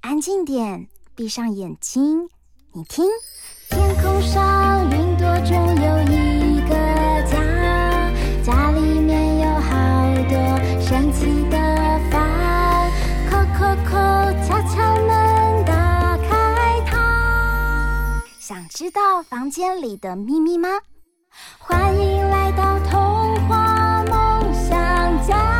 安静点，闭上眼睛，你听，天空上云朵中有一个家，家里面有好多神奇的房，叩叩叩，敲敲门，打开它。想知道房间里的秘密吗？欢迎来到童话梦想家。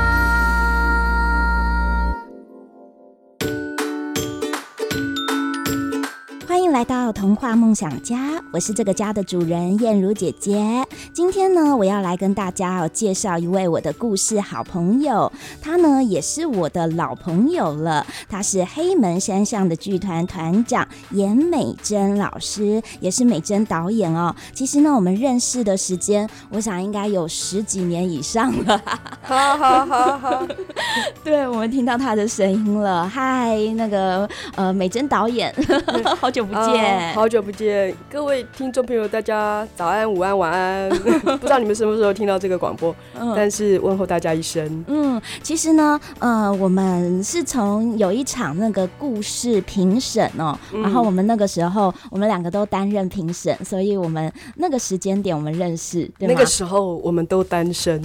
欢迎来到童话梦想家，我是这个家的主人燕如姐姐。今天呢，我要来跟大家介绍一位我的故事好朋友，他呢也是我的老朋友了。他是黑门山上的剧团团长严美珍老师，也是美珍导演哦。其实呢，我们认识的时间，我想应该有10几年以上了。好，对，我们听到他的声音了。嗨，那个美珍导演，好久不见， 好久不见，各位听众朋友，大家早安、午安、晚安。不知道你们什么时候听到这个广播，但是问候大家一声。 其实呢，我们是从有一场那个故事评审哦，然后我们那个时候我们2个都担任评审，所以我们那个时间点我们认识，对吗？ 那个时候我们都单身。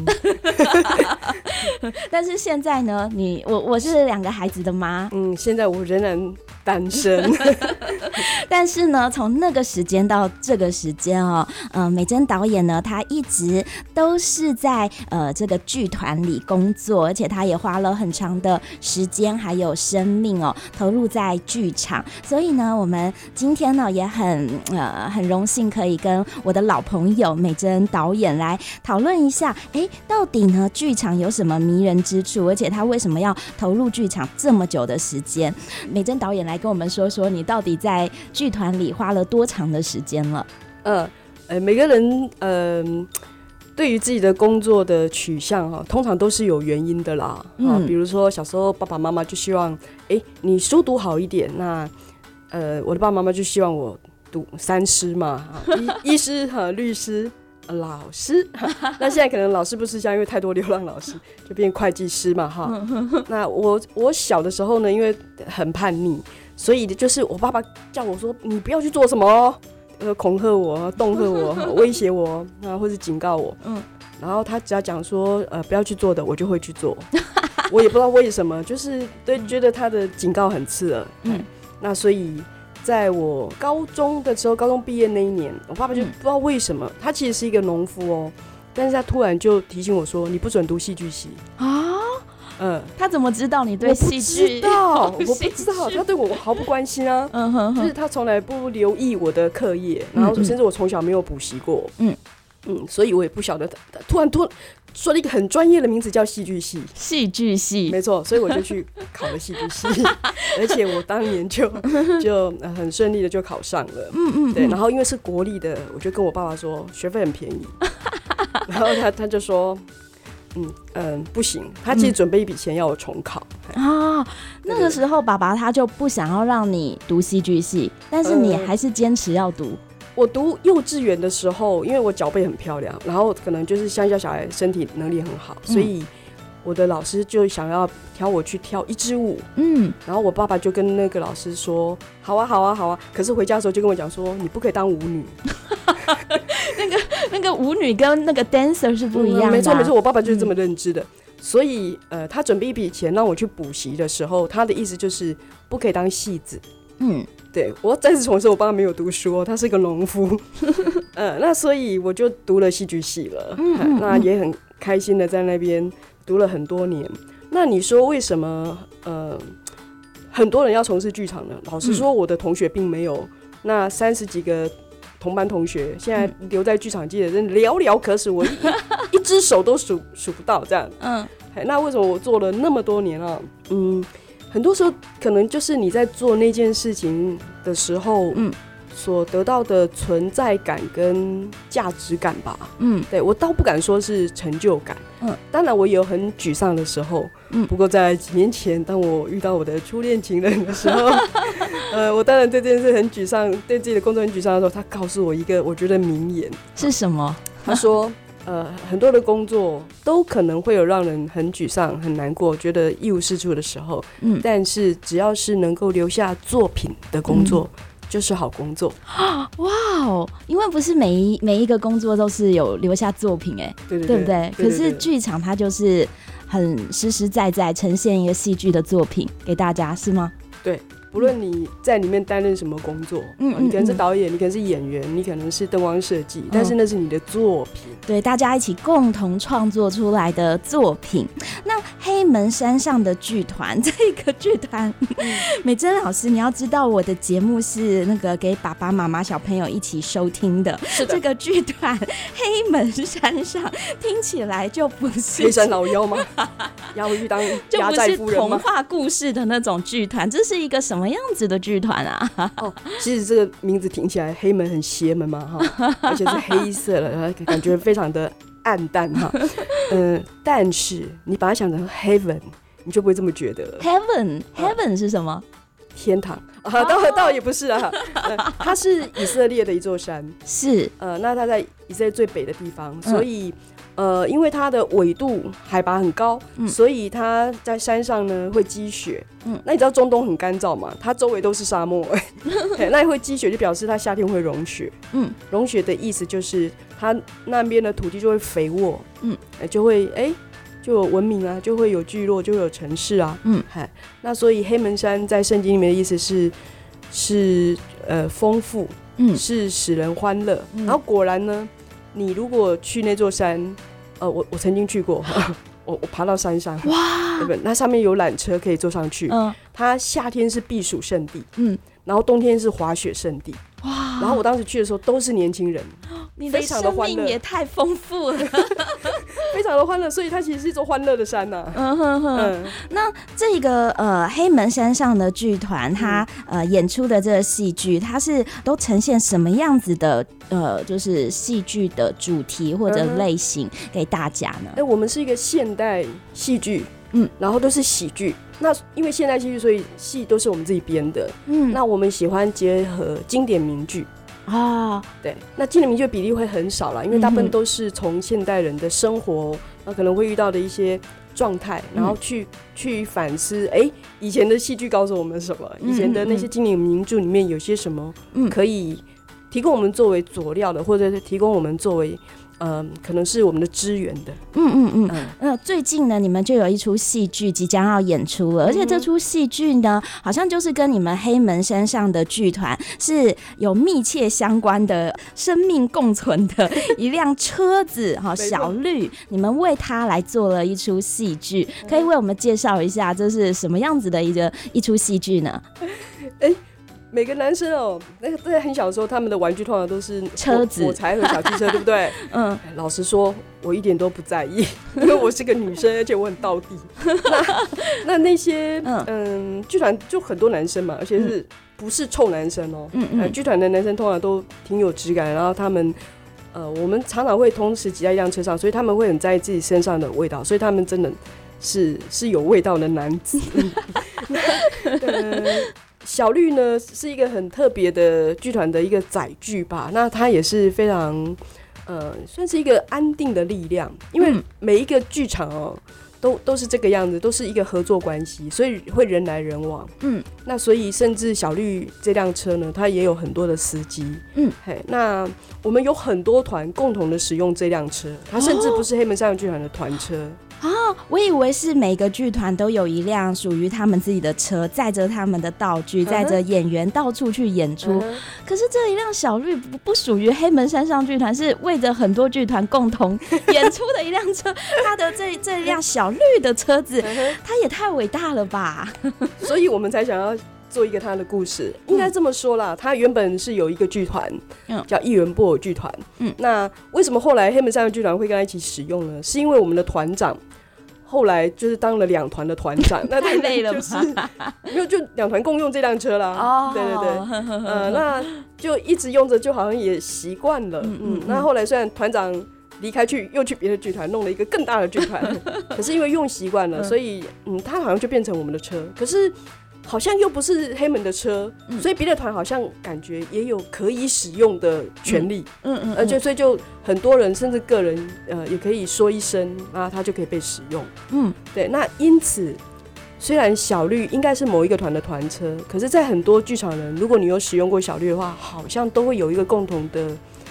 但是现在呢，我是2个孩子的妈， 现在我仍然单身。 但是呢，从那个时间到这个时间哦，美珍导演呢，她一直都是在这个剧团里工作，而且她也花了很长的时间还有生命哦，投入在剧场。所以呢，我们今天呢也很荣幸可以跟我的老朋友美珍导演来讨论一下，到底呢剧场有什么迷人之处，而且她为什么要投入剧场这么久的时间？美珍导演来跟我们说说，你到底在剧团里花了多长的时间了？ 每个人对于自己的工作的取向通常都是有原因的啦。比如说小时候爸爸妈妈就希望你书读好一点，那我的爸爸妈妈就希望我读3师嘛，医师律师老师。那现在可能老师不吃香，因为太多流浪老师，就变会计师嘛哈。那我小的时候呢，因为很叛逆，所以就是我爸爸叫我说你不要去做什么，恐吓我、恫吓我、威胁我或是警告我。然后他只要讲说不要去做的，我就会去做。我也不知道为什么，就是觉得他的警告很刺耳。那所以在我高中的时候，高中毕业那一年，我爸爸就不知道为什么，他其实是一个农夫哦，但是他突然就提醒我说你不准读戏剧系啊。 他怎么知道你对戏剧？ 我不知道，他对我毫不关心啊。就是他从来不留意我的课业，然后甚至我从小没有补习过。所以我也不晓得，突然说了一个很专业的名字叫戏剧系。戏剧系，没错，所以我就去考了戏剧系，而且我当年就很顺利的就考上了。对，然后因为是国立的，我就跟我爸爸说学费很便宜，然后他就说。不行，他其实准备一笔钱要我重考那个时候爸爸他就不想要让你读戏剧系，但是你还是坚持要读。 我读幼稚园的时候，因为我脚背很漂亮，然后可能就是乡下小孩身体能力很好，所以我的老师就想要挑我去跳一支舞。然后我爸爸就跟那个老师说好啊，可是回家的时候就跟我讲说你不可以当舞女。 那个舞女跟那个 dancer 是不一样的。 没错，我爸爸就是这么认知的。所以他准备一笔钱让我去补习的时候，他的意思就是不可以当戏子。对，我再次重申，我爸爸没有读书他是个农夫。那所以我就读了戏剧系了。那也很开心的在那边读了很多年。那你说为什么很多人要从事剧场呢？老实说，我的同学并没有。那30几个同班同学现在留在剧场界的人寥寥可数，我一只手都数不到这样。那为什么我做了那么多年啊？很多时候可能就是你在做那件事情的时候，所得到的存在感跟价值感吧。对，我倒不敢说是成就感。当然我也有很沮丧的时候。不过在几年前，当我遇到我的初恋情人的时候，我当然对这件事很沮丧，对自己的工作很沮丧的时候，他告诉我一个我觉得名言。 是什么？ 他说很多的工作都可能会有让人很沮丧、很难过、觉得一无是处的时候，但是只要是能够留下作品的工作，就是好工作。 哇哦，因为不是每一个工作都是有留下作品，对不对？可是剧场它就是很实实在在呈现一个戏剧的作品给大家，是吗？ 对。不论你在里面担任什么工作，你可能是导演，你可能是演员，你可能是灯光设计，但是那是你的作品， 对，大家一起共同创作出来的作品。那黑门山上的剧团这个剧团，美珍老师，你要知道我的节目是那个给爸爸妈妈小朋友一起收听的， 是的。 这个剧团黑门山上听起来就不是黑山老妖吗？要回去当压寨夫人吗？ 就不是童话故事的那种剧团，这是一个什么样子的剧团啊？ 其实这个名字听起来黑门很邪门嘛，而且是黑色的，感觉非常的暗淡哈。但是你把它想成 heaven， 你就不会这么觉得了。 heaven 是什么？ 天堂啊，倒也不是啊。它是以色列的一座山， 是那它在以色列最北的地方，所以。因为它的纬度海拔很高，所以它在山上呢会积雪。那你知道中东很干燥嘛？它周围都是沙漠，那会积雪就表示它夏天会融雪。融雪的意思就是它那边的土地就会肥沃，就会就有文明啊，就会有聚落，就会有城市啊。那所以黑门山在圣经里面的意思是丰富，是使人欢乐。然后果然呢，你如果去那座山。我曾经去过，我爬到山上，哇，对不对？那上面有缆车可以坐上去，它夏天是避暑胜地，然后冬天是滑雪胜地，哇！然后我当时去的时候都是年轻人， 你的生命也太丰富了， 非常的欢乐，所以它其实是一座欢乐的山呐。 那这个黑门山上的剧团，它演出的这个戏剧，它是都呈现什么样子的就是戏剧的主题或者类型给大家呢？ 我们是一个现代戏剧，然后都是喜剧。那因为现代戏剧，所以戏都是我们自己编的。那我们喜欢结合经典名句。对，那经典名句的比例会很少啦，因为大部分都是从现代人的生活，那可能会遇到的一些状态，然后去反思，以前的戏剧告诉我们什么？以前的那些经典名著里面有些什么可以提供我们作为佐料的，或者是提供我们作为可能是我们的支援的。 最近呢，你们就有一出戏剧即将要演出了，而且这出戏剧呢，好像就是跟你们黑门山上的剧团是有密切相关的，生命共存的一辆车子小绿，你们为它来做了一出戏剧，可以为我们介绍一下这是什么样子的一出戏剧呢？ 每个男生在很小的时候，他们的玩具通常都是车子、 火柴和小汽车，对不对？老实说，我一点都不在意，因为我是个女生，而且我很道地。那些剧团就很多男生嘛，而且是不是臭男生哦？剧团的男生通常都挺有质感，然后他们我们常常会同时挤在一辆车上，所以他们会很在意自己身上的味道，所以他们真的是有味道的男子。小绿呢是一个很特别的剧团的一个载具吧，那它也是非常算是一个安定的力量，因为每一个剧场都是这个样子，都是一个合作关系，所以会人来人往。那所以甚至小绿这辆车呢，它也有很多的司机。那我们有很多团共同的使用这辆车，它甚至不是黑门山剧团的团车。 我以为是每个剧团都有一辆属于他们自己的车，载着他们的道具，载着演员到处去演出。可是这一辆小绿不属于黑门山上剧团，是为着很多剧团共同演出的一辆车。它的这辆小绿的车子，它也太伟大了吧！ 所以我们才想要做一个他的故事。应该这么说啦，他原本是有一个剧团叫艺人布偶剧团。那为什么后来黑门山的剧团会跟他一起使用呢？是因为我们的团长后来就是当了2团的团长，那太累了吧？ 没有，就2团共用这辆车啦。对对对，那就一直用着，就好像也习惯了。那后来虽然团长离开又去别的剧团弄了一个更大的剧团，可是因为用习惯了，所以他好像就变成我们的车。可是好像又不是黑门的车，所以别的团好像感觉也有可以使用的权利，所以就很多人甚至个人也可以说一声啊，他就可以被使用，对。那因此，虽然小绿应该是某一个团的团车，可是，在很多剧场人，如果你有使用过小绿的话，好像都会有一个共同的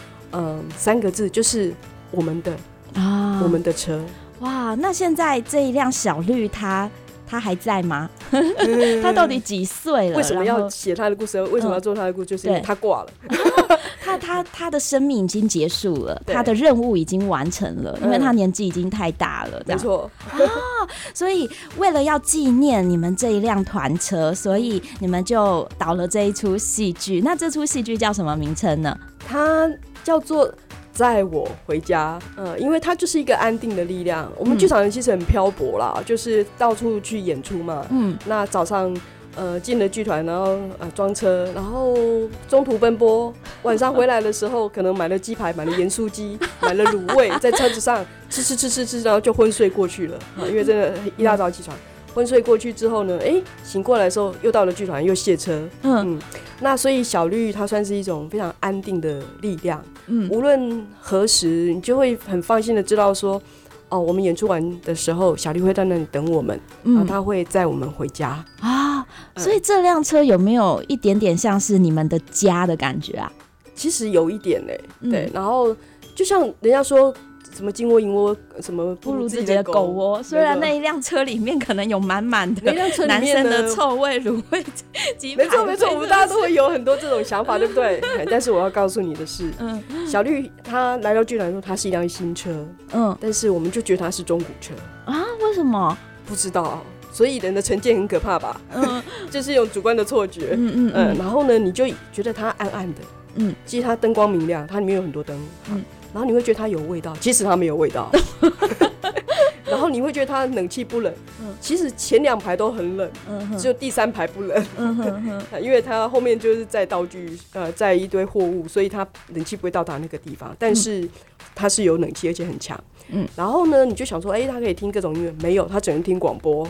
3个字，就是我们的我们的车。 哇，那现在这一辆小绿他还在吗？他到底几岁了？ 为什么要写他的故事？为什么要做他的故事？就是因为他挂了。 他的生命已经结束了，他的任务已经完成了，因为他年纪已经太大了。 没错。 所以为了要纪念你们这一辆团车，所以你们就导了这一出戏剧。那这出戏剧叫什么名称呢？ 它叫做载我回家，因为它就是一个安定的力量。我们剧场人其实很漂泊啦，就是到处去演出嘛。那早上进了剧团，然后装车，然后中途奔波，晚上回来的时候，可能买了鸡排，买了盐酥鸡，买了卤味，在车子上吃，然后就昏睡过去了。因为真的一大早起床。昏睡过去之后呢，醒过来的时候又到了剧团，又卸车。那所以小绿它算是一种非常安定的力量。无论何时，你就会很放心的知道说，我们演出完的时候，小绿会在那里等我们，然后他会载我们回家啊。所以这辆车有没有一点点像是你们的家的感觉啊？ 其实有一点对。然后就像人家说，什么金窝银窝，什么不如自己的狗窝。 虽然那一辆车里面可能有满满的男生的臭味、卤味、鸡排， 没错，我们大家都会有很多这种想法，对不对？但是我要告诉你的是，小绿他来到剧团说他是一辆新车，但是我们就觉得他是中古车啊？为什么？ 不知道。所以人的成见很可怕吧？就是一种主观的错觉。然后呢，你就觉得它暗暗的，其实它灯光明亮，它里面有很多灯，然后你会觉得它有味道，其实它没有味道。然后你会觉得它冷气不冷，其实前2排都很冷，只有第3排不冷。因为它后面就是载道具，载一堆货物，所以它冷气不会到达那个地方，但是它是有冷气，而且很强。然后呢，你就想说，它可以听各种音乐，没有，它只能听广播。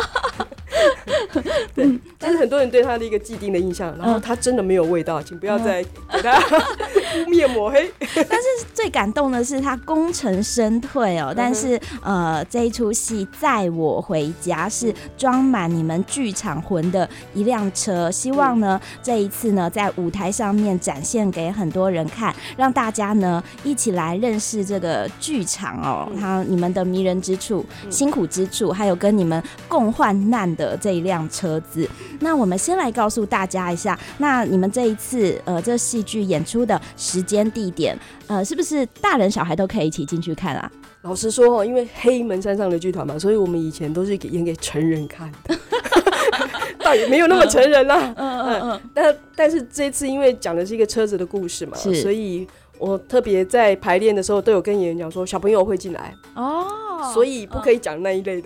对，但是很多人对他的一个既定的印象，然后他真的没有味道，请不要再给他污蔑抹黑。 但是最感动的是他功成身退哦，但是这一出戏载我回家是装满你们剧场魂的一辆车，希望呢这一次呢在舞台上面展现给很多人看，让大家呢一起来认识这个剧场哦，你们的迷人之处、辛苦之处，还有跟你们共患难的这一辆车子。那我们先来告诉大家一下，那你们这一次这戏剧演出的时间地点，是不是大人小孩都可以一起进去看啊？ 老实说，因为黑门山上的剧团嘛，所以我们以前都是演给成人看的。倒也没有那么成人啦。但是这次因为讲的是一个车子的故事嘛，所以我特别在排练的时候都有跟演员讲说，小朋友会进来所以不可以讲那一类的。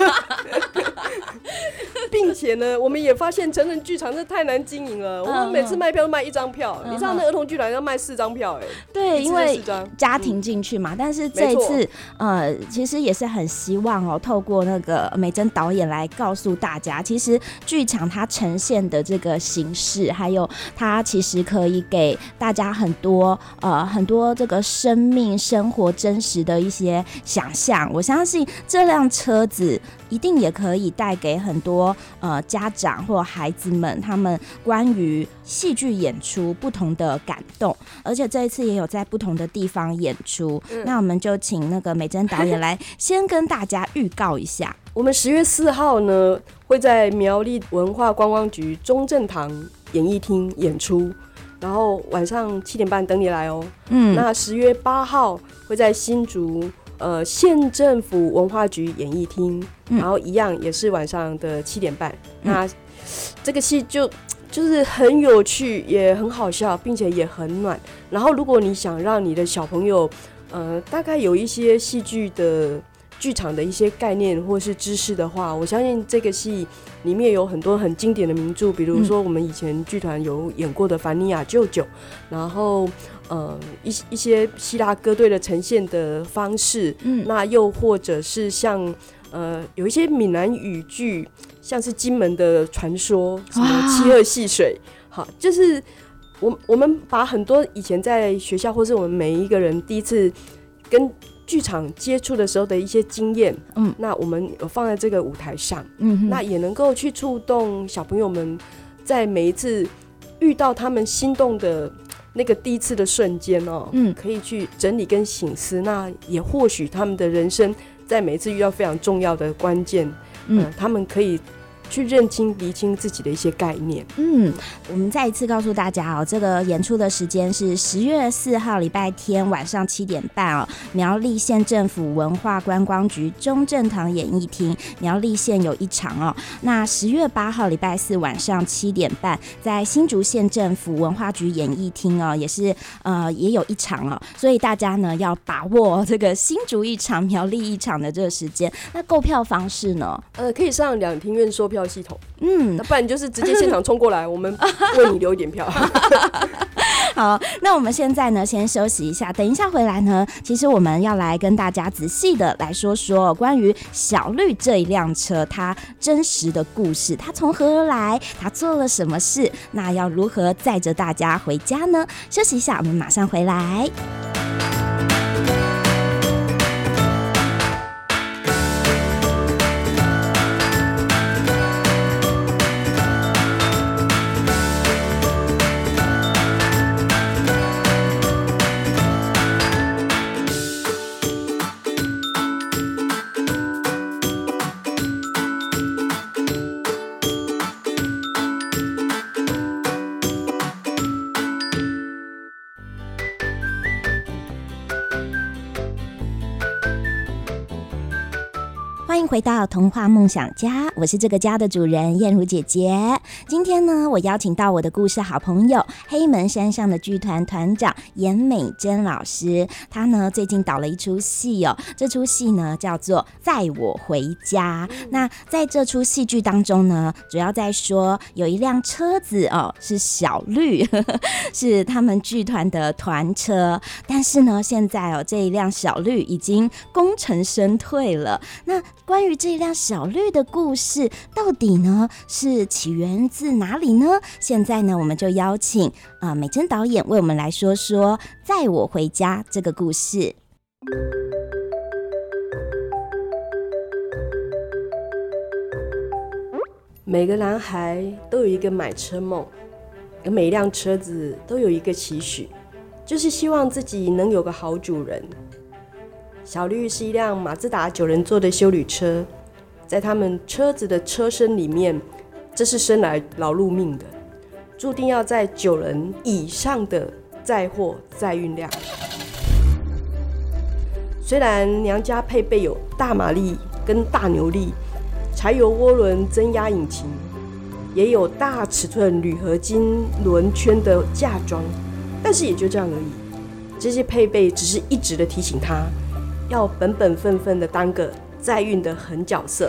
并且呢，我们也发现成人剧场真的太难经营了。我们每次卖票都卖1张票，你知道那儿童剧团要卖4张票对，因为家庭进去嘛。但是这一次其实也是很希望透过那个美珍导演来告诉大家，其实剧场它呈现的这个形式，还有它其实可以给大家很多这个生命生活真实的一些想象。我相信这辆车子一定也可以带给很多家长或孩子们他们关于戏剧演出不同的感动，而且这一次也有在不同的地方演出。那我们就请那个美珍导演来先跟大家预告一下。 我们10月4号呢会在苗栗文化观光局中正堂演艺厅演出，然后晚上7点半等你来哦。那10月8号会在新竹县政府文化局演艺厅，然后一样也是晚上的7点半。那这个戏就是很有趣，也很好笑，并且也很暖。然后如果你想让你的小朋友大概有一些戏剧的剧场的一些概念或是知识的话，我相信这个戏里面有很多很经典的名著，比如说我们以前剧团有演过的《凡尼亚舅舅》，然后一些希腊歌队的呈现的方式，那又或者是像有一些闽南语剧，像是金门的传说，什么七二戏水，好，就是我们把很多以前在学校或是我们每一个人第一次跟剧场接触的时候的一些经验，那我们有放在这个舞台上，那也能够去触动小朋友们在每一次遇到他们心动的那个第一次的瞬间哦，可以去整理跟省思，那也或许他们的人生在每一次遇到非常重要的关键，他们可以去认清厘清自己的一些概念。 我们再一次告诉大家这个演出的时间是10月4号礼拜天晚上7点半苗栗县政府文化观光局中正堂演艺厅苗栗县有一场那10月8号礼拜四晚上7点半在新竹县政府文化局演艺厅也是也有一场所以大家呢要把握这个新竹一场苗栗一场的这个时间。那购票方式呢？ 可以上两厅院售票系统，那不然你就是直接现场冲过来，我们为你留一点票。 好，那我们现在呢先休息一下，等一下回来呢，其实我们要来跟大家仔细的来说说关于小绿这一辆车它真实的故事，它从何而来，它做了什么事，那要如何载着大家回家呢？休息一下，我们马上回来。欢迎回到童话梦想家，我是这个家的主人燕如姐姐。今天呢，我邀请到我的故事好朋友黑门山上的剧团团长严美珍老师，她呢最近导了一出戏这出戏呢叫做《载我回家》。那在这出戏剧当中呢，主要在说有一辆车子是小绿是他们剧团的团车，但是呢现在这一辆小绿已经功成身退了。那关于这一辆小绿的故事到底呢是起源自哪里呢？现在呢我们就邀请美珍导演为我们来说说载我回家这个故事。 每个男孩都有一个买车梦，而每一辆车子都有一个期许，就是希望自己能有个好主人。小绿是一辆马自达9人座的休旅车，在他们车子的车身里面，这是生来劳碌命的，注定要在9人以上的载货载运量。虽然娘家配备有大马力跟大扭力柴油涡轮增压引擎，也有大尺寸铝合金轮圈的嫁妆，但是也就这样而已。这些配备只是一直的提醒他要本本分分的当个载运的狠角色。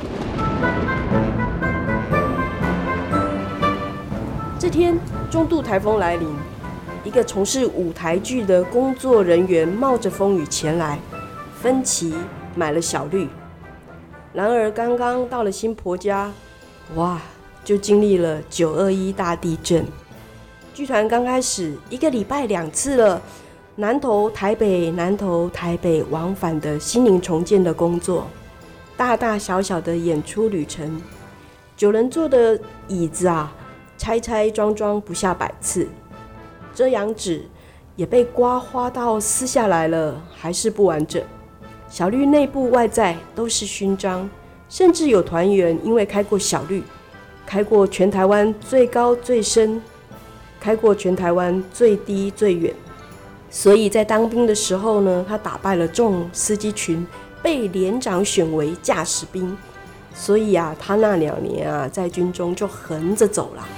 这天中度台风来临，一个从事舞台剧的工作人员冒着风雨前来，分期买了小绿。然而刚刚到了新婆家，哇，就经历了921大地震。剧团刚开始1个礼拜2次了南投台北南投台北往返的心灵重建的工作，大大小小的演出旅程，9人座的椅子拆拆装装不下100次，遮阳纸也被刮花到撕下来了，还是不完整。小绿内部外在都是勋章，甚至有团员因为开过小绿，开过全台湾最高最深，开过全台湾最低最远，所以在当兵的时候呢，他打败了众司机群，被连长选为驾驶兵。所以他那2年在军中就横着走了。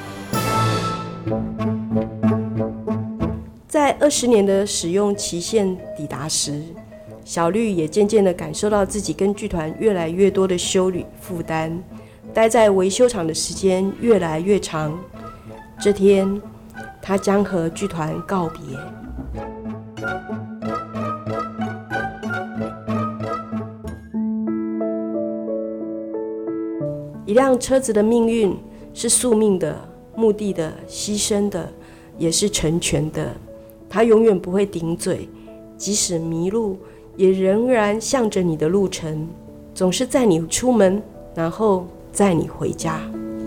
在20年的使用期限抵达时，小绿也渐渐地感受到自己跟剧团越来越多的休旅负担，待在维修厂的时间越来越长。这天，他将和剧团告别。 辆车子的命运是宿命的、目的的、牺牲的，也是成全的。它永远不会顶嘴，即使迷路，也仍然向着你的路程，总是载你出门，然后载你回家。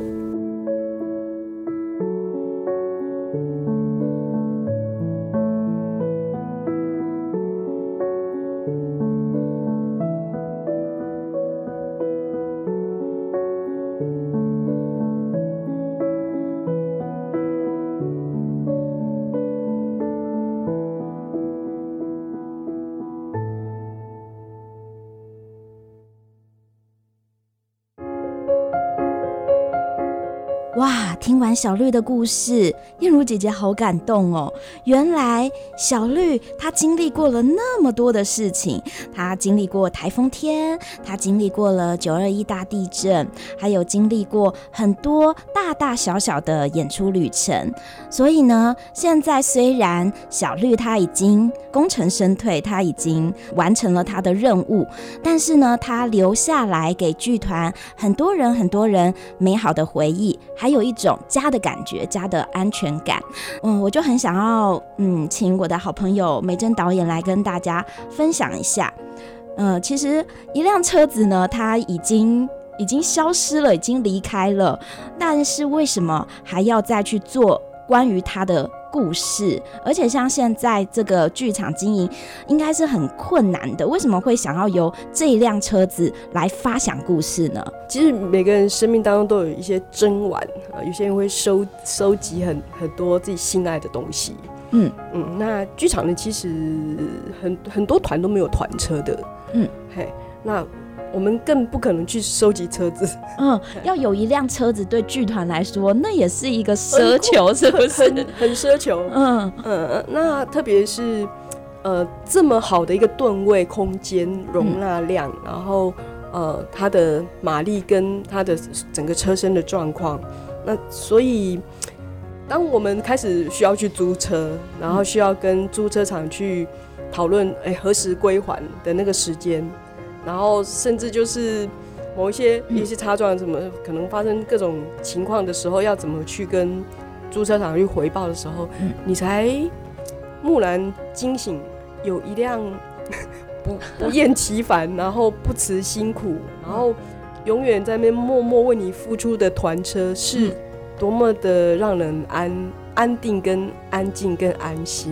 哇，听完小绿的故事，燕如姐姐好感动哦。原来小绿她经历过了那么多的事情，她经历过台风天，她经历过了921大地震，还有经历过很多大大小小的演出旅程。所以呢，现在虽然小绿她已经功成身退，她已经完成了她的任务，但是呢，她留下来给剧团很多人美好的回忆，还有一种家的感觉，家的安全感。我就很想要请我的好朋友美珍导演来跟大家分享一下。其实一辆车子呢，它已经消失了，已经离开了，但是为什么还要再去做关于它的故事？而且像现在这个剧场经营应该是很困难的，为什么会想要由这一辆车子来发想故事呢？ 其实每个人生命当中都有一些珍玩，有些人会收集很多自己心爱的东西。那剧场呢，其实很多团都没有团车的。那我们更不可能去收集车子。 要有一辆车子对剧团来说，那也是一个奢求，是不是？ 很奢求。那特别是这么好的一个吨位、空间、容纳量，然后它的马力跟它的整个车身的状况，那所以当我们开始需要去租车，然后需要跟租车厂去讨论何时归还的那个时间，然后甚至就是某一些擦撞什么可能发生各种情况的时候，要怎么去跟租车厂去回报的时候，你才蓦然惊醒，有一辆不厌其烦，然后不辞辛苦，然后永远在那边默默为你付出的团车，是多么的让人安定、跟安静、跟安心。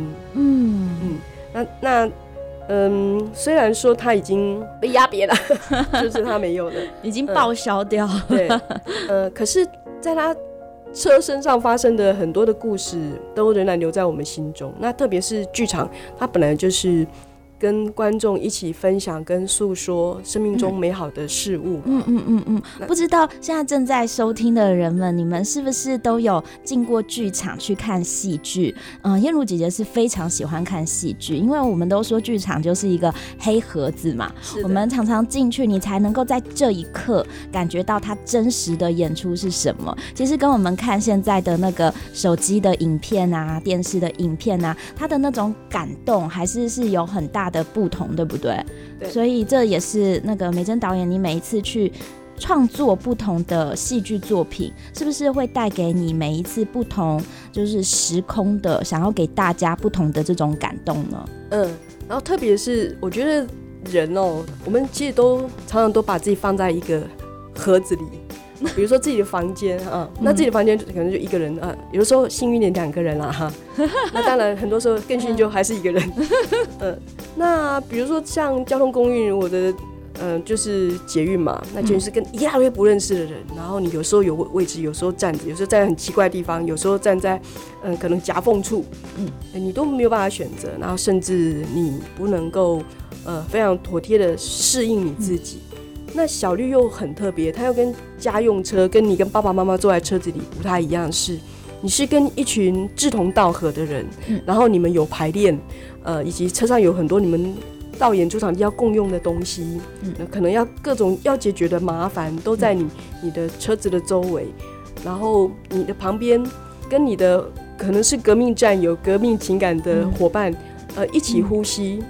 那虽然说他已经被压扁了，就是他没有了， 已经报销掉。 对，可是在他车身上发生的很多的故事，都仍然留在我们心中。那特别是剧场，它本来就是跟观众一起分享跟诉说生命中美好的事物。 不知道现在正在收听的人们，你们是不是都有进过剧场去看戏剧？燕如姐姐是非常喜欢看戏剧，因为我们都说剧场就是一个黑盒子嘛，我们常常进去，你才能够在这一刻感觉到它真实的演出是什么。其实跟我们看现在的那个手机的影片啊、电视的影片啊，它的那种感动还是有很大的不同，对不对？ 对， 所以这也是那个美珍导演，你每一次去创作不同的戏剧作品，是不是会带给你每一次不同就是时空的，想要给大家不同的这种感动呢？ 然后特别是我觉得人我们其实都常常都把自己放在一个盒子里。比如说自己的房间那自己的房间可能就一个人有的时候幸运点2个人啦那当然很多时候更幸运就还是1个人那比如说像交通公运，我的就是捷运嘛，那捷运是跟一大堆不认识的人，然后你有时候有位置，有时候站着，有时候在很奇怪的地方，有时候站在可能夹缝处，你都没有办法选择，然后甚至你不能够非常妥帖的适应你自己。那小绿又很特别，它又跟家用车跟你跟爸爸妈妈坐在车子里不太一样，是你是跟一群志同道合的人，然后你们有排练，以及车上有很多你们到演出场地要共用的东西，可能要各种要解决的麻烦都在你的车子的周围，然后你的旁边跟你的可能是革命战友、革命情感的伙伴，一起呼吸。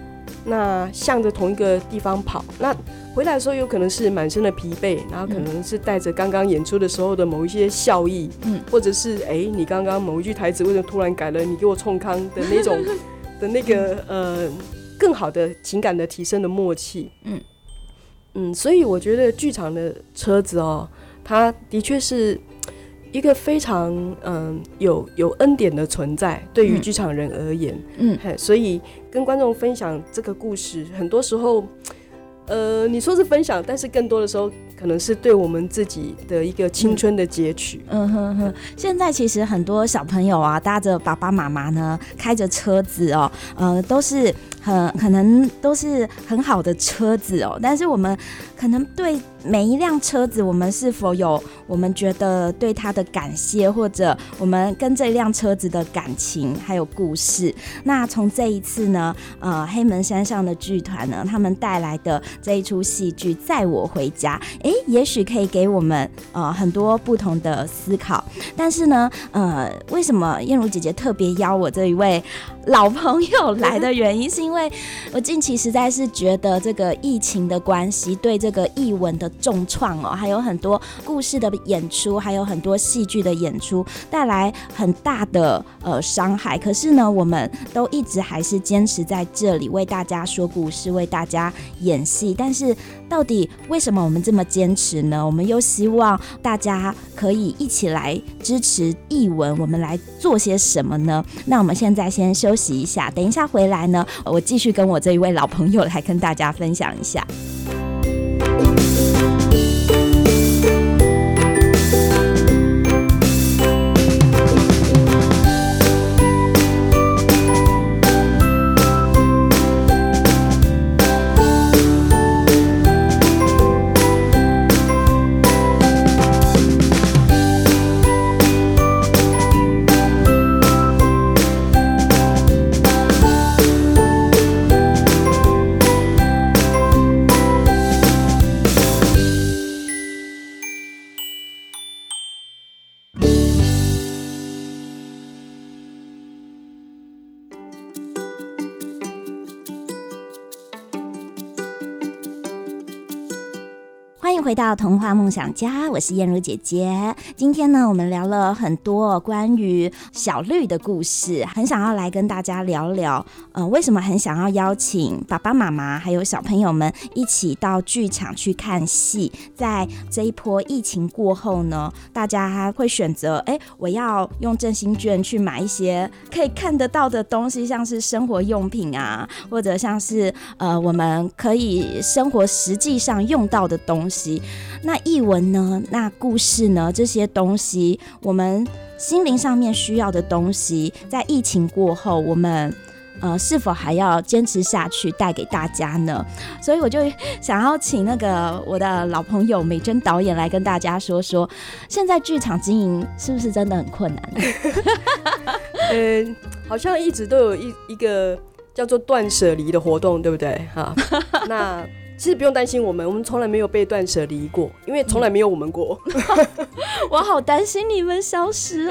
那向着同一个地方跑，那回来的时候有可能是满身的疲惫，然后可能是带着刚刚演出的时候的某一些笑意，或者是你刚刚某一句台词为什么突然改了，你给我冲康的那种的那个更好的情感的提升的默契。所以我觉得剧场的车子它的确是一个非常有恩典的存在，对于剧场人而言。所以跟观众分享这个故事，很多时候你说是分享，但是更多的时候可能是对我们自己的一个青春的截取。 现在其实很多小朋友啊，搭着爸爸妈妈呢，开着车子都是可能都是很好的车子但是我们可能对每一辆车子，我们是否有我们觉得对它的感谢，或者我们跟这辆车子的感情还有故事。那从这一次呢黑门山上的剧团呢，他们带来的这一出戏剧《载我回家》，也许可以给我们很多不同的思考。但是呢为什么燕如姐姐特别邀我这一位老朋友来的原因，是因为我近期实在是觉得这个疫情的关系，对这个艺文的重创还有很多故事的演出，还有很多戏剧的演出带来很大的伤害。可是呢，我们都一直还是坚持在这里为大家说故事，为大家演戏。但是到底为什么我们这么坚持呢？我们又希望大家可以一起来支持艺文，我们来做些什么呢？那我们现在先休息一下，等一下回来呢，我继续跟我这一位老朋友来跟大家分享一下。欢迎回到童话梦想家，我是燕如姐姐。今天呢，我们聊了很多关于小绿的故事，很想要来跟大家聊聊为什么很想要邀请爸爸妈妈还有小朋友们一起到剧场去看戏。在这一波疫情过后呢，大家还会选择我要用振兴券去买一些可以看得到的东西，像是生活用品啊，或者像是我们可以生活实际上用到的东西。那艺文呢，那故事呢，这些东西我们心灵上面需要的东西，在疫情过后我们是否还要坚持下去带给大家呢？所以我就想要请那个我的老朋友美珍导演来跟大家说说，现在剧场经营是不是真的很困难？ 好像一直都有一个叫做断舍离的活动，对不对？那其实不用担心我们从来没有被断舍离过，因为从来没有我们过。 我好担心你们消失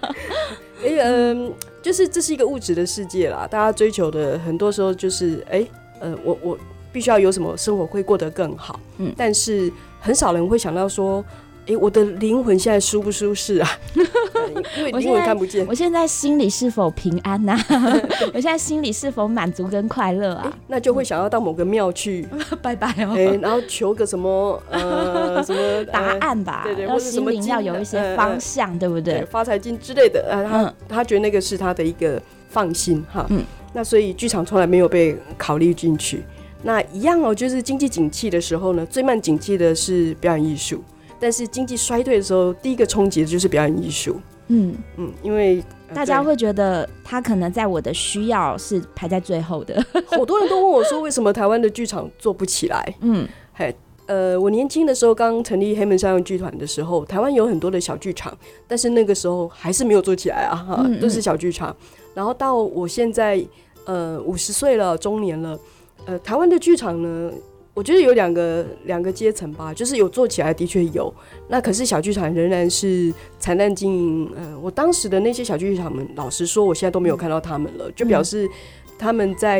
就是这是一个物质的世界啦，大家追求的很多时候就是我必须要有什么生活会过得更好，但是很少人会想到说我的灵魂现在舒不舒适啊？因为灵魂看不见。 我现在心里是否平安啊？我现在心里是否满足跟快乐啊？ 那就会想要到某个庙去拜拜然后求个什么什么答案吧， 对， 或者心灵要有一些方向，对不对？ 对，发财金之类的，他觉得那个是他的一个放心哈。那所以剧场从来没有被考虑进去。那一样就是经济景气的时候呢，最慢景气的是表演艺术。但是经济衰退的时候，第一个冲击的就是表演艺术。因为大家会觉得他可能在我的需要是排在最后的。 好多人都问我说，为什么台湾的剧场做不起来？我年轻的时候刚成立黑门山上剧团的时候，台湾有很多的小剧场，但是那个时候还是没有做起来啊，都是小剧场。然后到我现在50岁了，中年了，台湾的剧场呢，我觉得有两个阶层吧，就是有做起来的确有，那可是小剧场仍然是惨淡经营。我当时的那些小剧场们，老实说，我现在都没有看到他们了，就表示他们在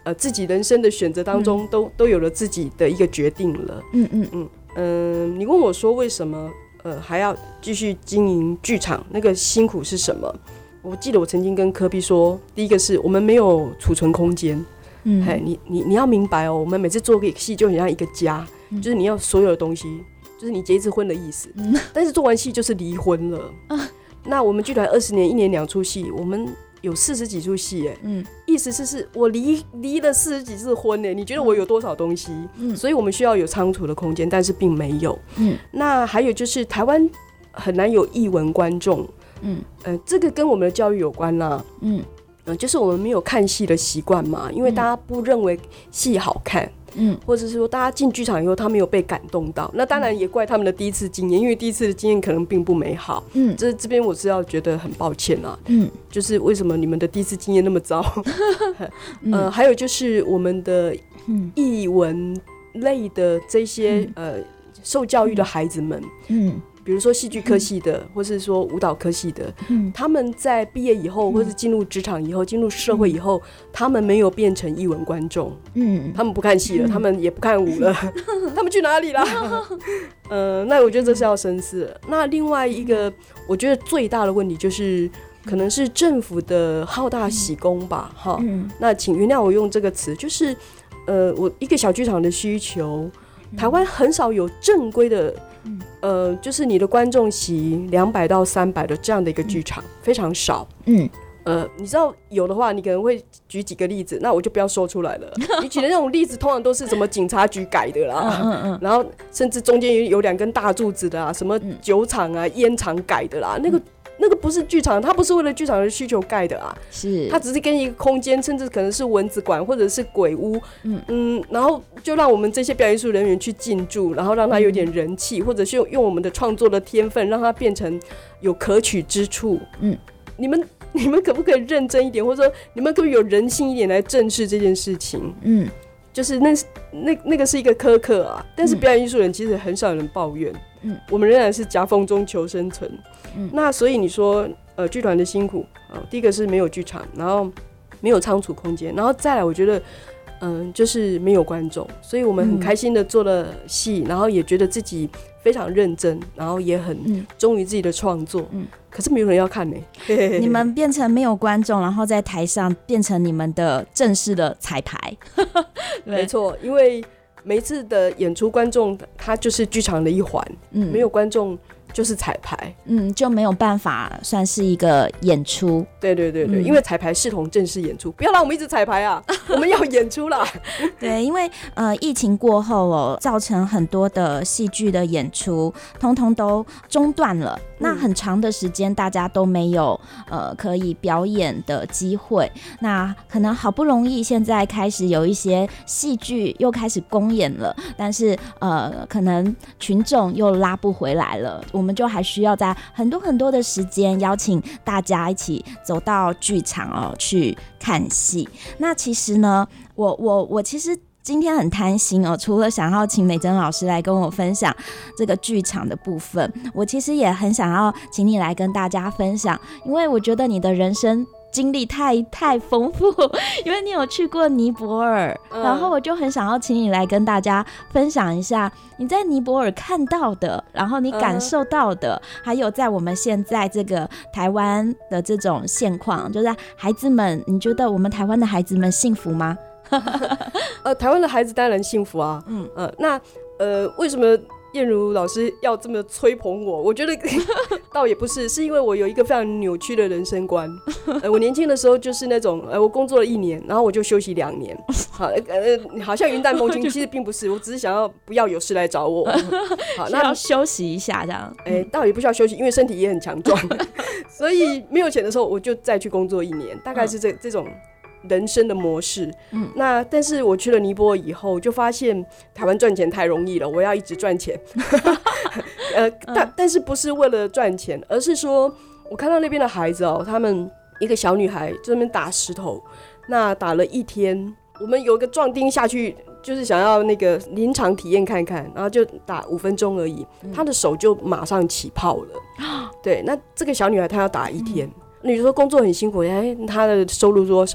自己人生的选择当中都有了自己的一个决定了。你问我说为什么还要继续经营剧场，那个辛苦是什么？我记得我曾经跟柯 P 说，第一个是我们没有储存空间。你要明白哦，我们每次做个戏就很像一个家，就是你要所有的东西，就是你结一次婚的意思。但是做完戏就是离婚了。那我们剧团20年，1年2出戏，我们有40几出戏，意思是我离了40几次婚，你觉得我有多少东西？所以我们需要有仓储的空间，但是并没有。那还有就是台湾很难有艺文观众。这个跟我们的教育有关啦。就是我们没有看戏的习惯嘛，因为大家不认为戏好看。或者是说大家进剧场以后他没有被感动到，那当然也怪他们的第一次经验，因为第一次的经验可能并不美好。这边我是要觉得很抱歉啦。就是为什么你们的第一次经验那么糟？还有就是我们的艺文类的这些受教育的孩子们，比如说戏剧科系的，或是说舞蹈科系的，他们在毕业以后，或是进入职场以后，进入社会以后，他们没有变成艺文观众。他们不看戏了，他们也不看舞了，他们去哪里啦？那我觉得这是要深思的。那另外一个，我觉得最大的问题就是，可能是政府的好大喜功吧。那请原谅我用这个词，就是我一个小剧场的需求，台湾很少有正规的。就是你的观众席200到300的这样的一个剧场，非常少。你知道有的话，你可能会举几个例子，那我就不要说出来了。你举的那种例子，通常都是什么警察局改的啦，然后甚至中间有2根大柱子的啦，什么酒厂啊、烟厂改的啦，那个不是剧场，它不是为了剧场的需求盖的啊，它只是给你一个空间，甚至可能是蚊子馆或者是鬼屋，然后就让我们这些表演艺术人员去进驻，然后让它有点人气，或者是用我们的创作的天分，让它变成有可取之处。你们可不可以认真一点，或者说你们可不可以有人性一点来正视这件事情？就是那个是一个苛刻啊，但是表演艺术人其实很少有人抱怨。我们仍然是夹缝中求生存。那所以你说剧团的辛苦，第一个是没有剧场，然后没有仓储空间，然后再来我觉得就是没有观众，所以我们很开心的做了戏，然后也觉得自己非常认真，然后也很忠于自己的创作，可是没有人要看呢。 你们变成没有观众，然后在台上变成你们的正式的彩排。 没错，因为每一次的演出观众他就是剧场的一环，没有观众就是彩排， 就没有办法算是一个演出。 对，因为彩排视同正式演出，不要让我们一直彩排啊，我们要演出啦。 对，因为疫情过后造成很多的戏剧的演出通通都中断了，那很长的时间大家都没有可以表演的机会，那可能好不容易现在开始有一些戏剧又开始公演了，但是可能群众又拉不回来了，我们就还需要在很多很多的时间邀请大家一起走到剧场去看戏。那其实呢，我其实今天很贪心除了想要请美珍老师来跟我分享这个剧场的部分，我其实也很想要请你来跟大家分享，因为我觉得你的人生经历太丰富，因为你有去过尼泊尔，然后我就很想要请你来跟大家分享一下你在尼泊尔看到的，然后你感受到的，还有在我们现在这个台湾的这种现况，就是孩子们，你觉得我们台湾的孩子们幸福吗？ 台湾的孩子当然幸福啊。那为什么燕如老师要这么吹捧我？我觉得倒也不是，是因为我有一个非常扭曲的人生观。我年轻的时候就是那种我工作了1年，然后我就休息2年，好像云淡风轻，其实并不是，我只是想要不要有事来找我。 好，那要休息一下这样。 倒也不需要休息，因为身体也很强壮，所以没有钱的时候我就再去工作1年，大概是这种人生的模式。那但是我去了尼泊尔以后，就发现台湾赚钱太容易了，我要一直赚钱。但是不是为了赚钱，而是说我看到那边的孩子他们一个小女孩在那边打石头，那打了1天，我们有一个壮丁下去，就是想要那个临场体验看看，然后就打5分钟而已，她的手就马上起泡了。对，那这个小女孩她要打1天。你说工作很辛苦，她的收入多少？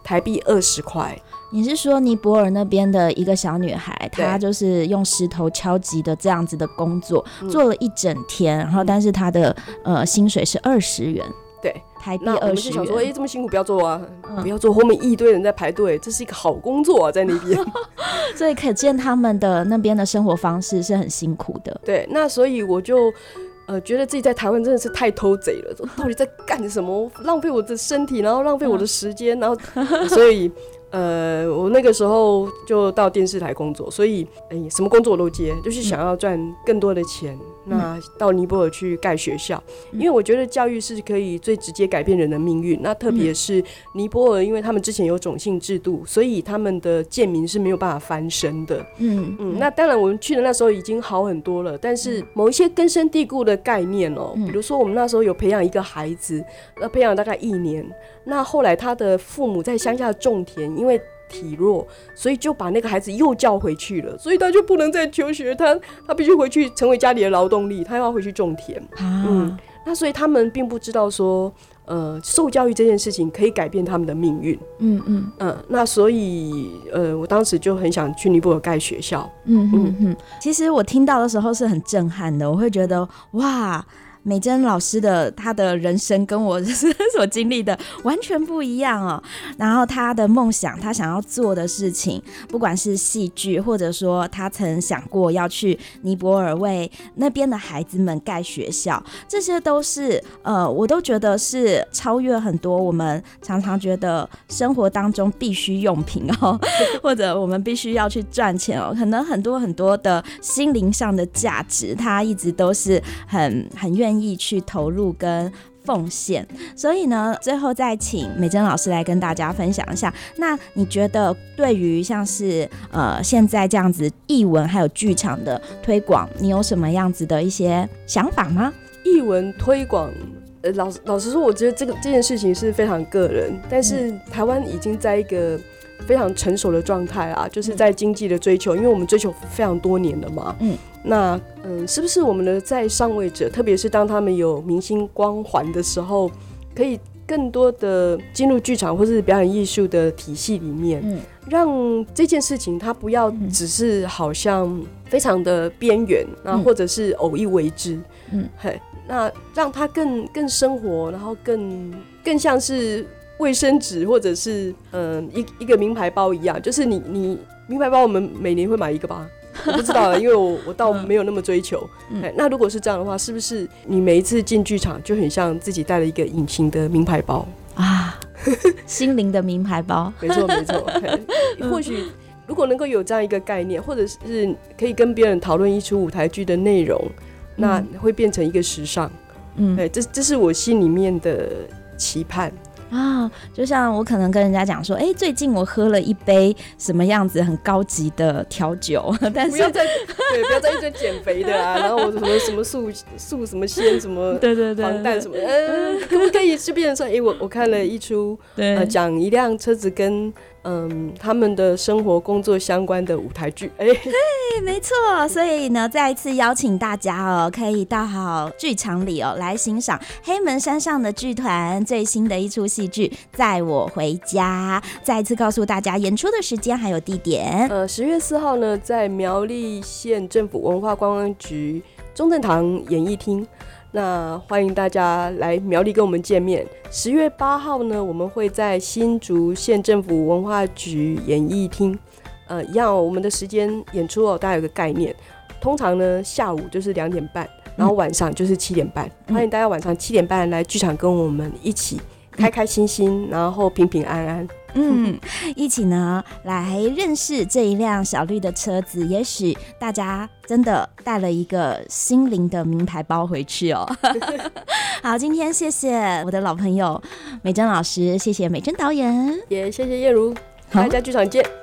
台币20块。 你是说尼泊尔那边的一个小女孩，她就是用石头敲击的这样子的工作，做了一整天，然后但是她的薪水是20元， 对， 台币20元。 那我们就想说，这么辛苦不要做啊，不要做，后面一堆人在排队，这是一个好工作啊，在那边。 所以可见他们的那边的生活方式是很辛苦的。 对，那所以我就觉得自己在台湾真的是太偷贼了，到底在干什么？浪费我的身体，然后浪费我的时间，然后所以。我那个时候就到电视台工作，所以什么工作我都接，就是想要赚更多的钱。那到尼泊尔去盖学校，因为我觉得教育是可以最直接改变人的命运。那特别是尼泊尔，因为他们之前有种姓制度，所以他们的贱民是没有办法翻身的。那当然我们去的那时候已经好很多了，但是某一些根深蒂固的概念比如说我们那时候有培养一个孩子，培养大概1年，那后来他的父母在乡下种田，因为体弱，所以就把那个孩子又叫回去了，所以他就不能再求学，他必须回去成为家里的劳动力，他要回去种田。那所以他们并不知道说受教育这件事情可以改变他们的命运。那所以我当时就很想去尼泊尔盖学校。 其实我听到的时候是很震撼的，我会觉得哇，美珍老师的她的人生跟我所经历的完全不一样哦。然后她的梦想，她想要做的事情，不管是戏剧，或者说她曾想过要去尼泊尔为那边的孩子们盖学校，这些都是我都觉得是超越很多我们常常觉得生活当中必需用品哦，或者我们必须要去赚钱哦，可能很多很多的心灵上的价值，她一直都是很愿意去投入跟奉献。所以呢，最后再请美珍老师来跟大家分享一下，那你觉得对于像是现在这样子艺文还有剧场的推广，你有什么样子的一些想法吗？ 艺文推广老实说，我觉得这件事情是非常个人，但是台湾已经在一个非常成熟的状态啦，就是在经济的追求，因为我们追求非常多年了嘛。那是不是我们的在上位者，特别是当他们有明星光环的时候，可以更多的进入剧场或是表演艺术的体系里面，让这件事情它不要只是好像非常的边缘，或者是偶一为之。那让它更生活，然后更像是卫生纸或者是一个名牌包一样，就是你名牌包我们每年会买一个吧，我不知道了，因为我倒没有那么追求。那如果是这样的话，是不是你每一次进剧场就很像自己带了一个隐形的名牌包啊？ 心灵的名牌包。 没错没错。或许如果能够有这样一个概念，或者是可以跟别人讨论一出舞台剧的内容，那会变成一个时尚。这是我心里面的期盼啊。就像我可能跟人家讲说，最近我喝了一杯什么样子很高级的调酒，但是不要再一堆减肥的啊，然后什么素什么鲜什么防弹什么，可不可以就变成说，我看了一出讲一辆车子跟他们的生活工作相关的舞台剧。 对，没错。所以呢，再一次邀请大家可以到好剧场里来欣赏黑门山上的剧团最新的一出戏剧《载我回家》。再一次告诉大家演出的时间还有地点。 10月4号呢，在苗栗县政府文化观光局中正堂演艺厅。那欢迎大家来苗栗跟我们见面。10月8号呢，我们会在新竹县政府文化局演艺厅，一样我们的时间演出大家有个概念，通常呢下午就是2点半，然后晚上就是7点半。欢迎大家晚上7点半来剧场跟我们一起开开心心，然后平平安安。 一起呢来认识这一辆小绿的车子，也许大家真的带了一个心灵的名牌包回去哦。好，今天谢谢我的老朋友美珍老师，谢谢美珍导演， 也谢谢叶如，大家剧场见。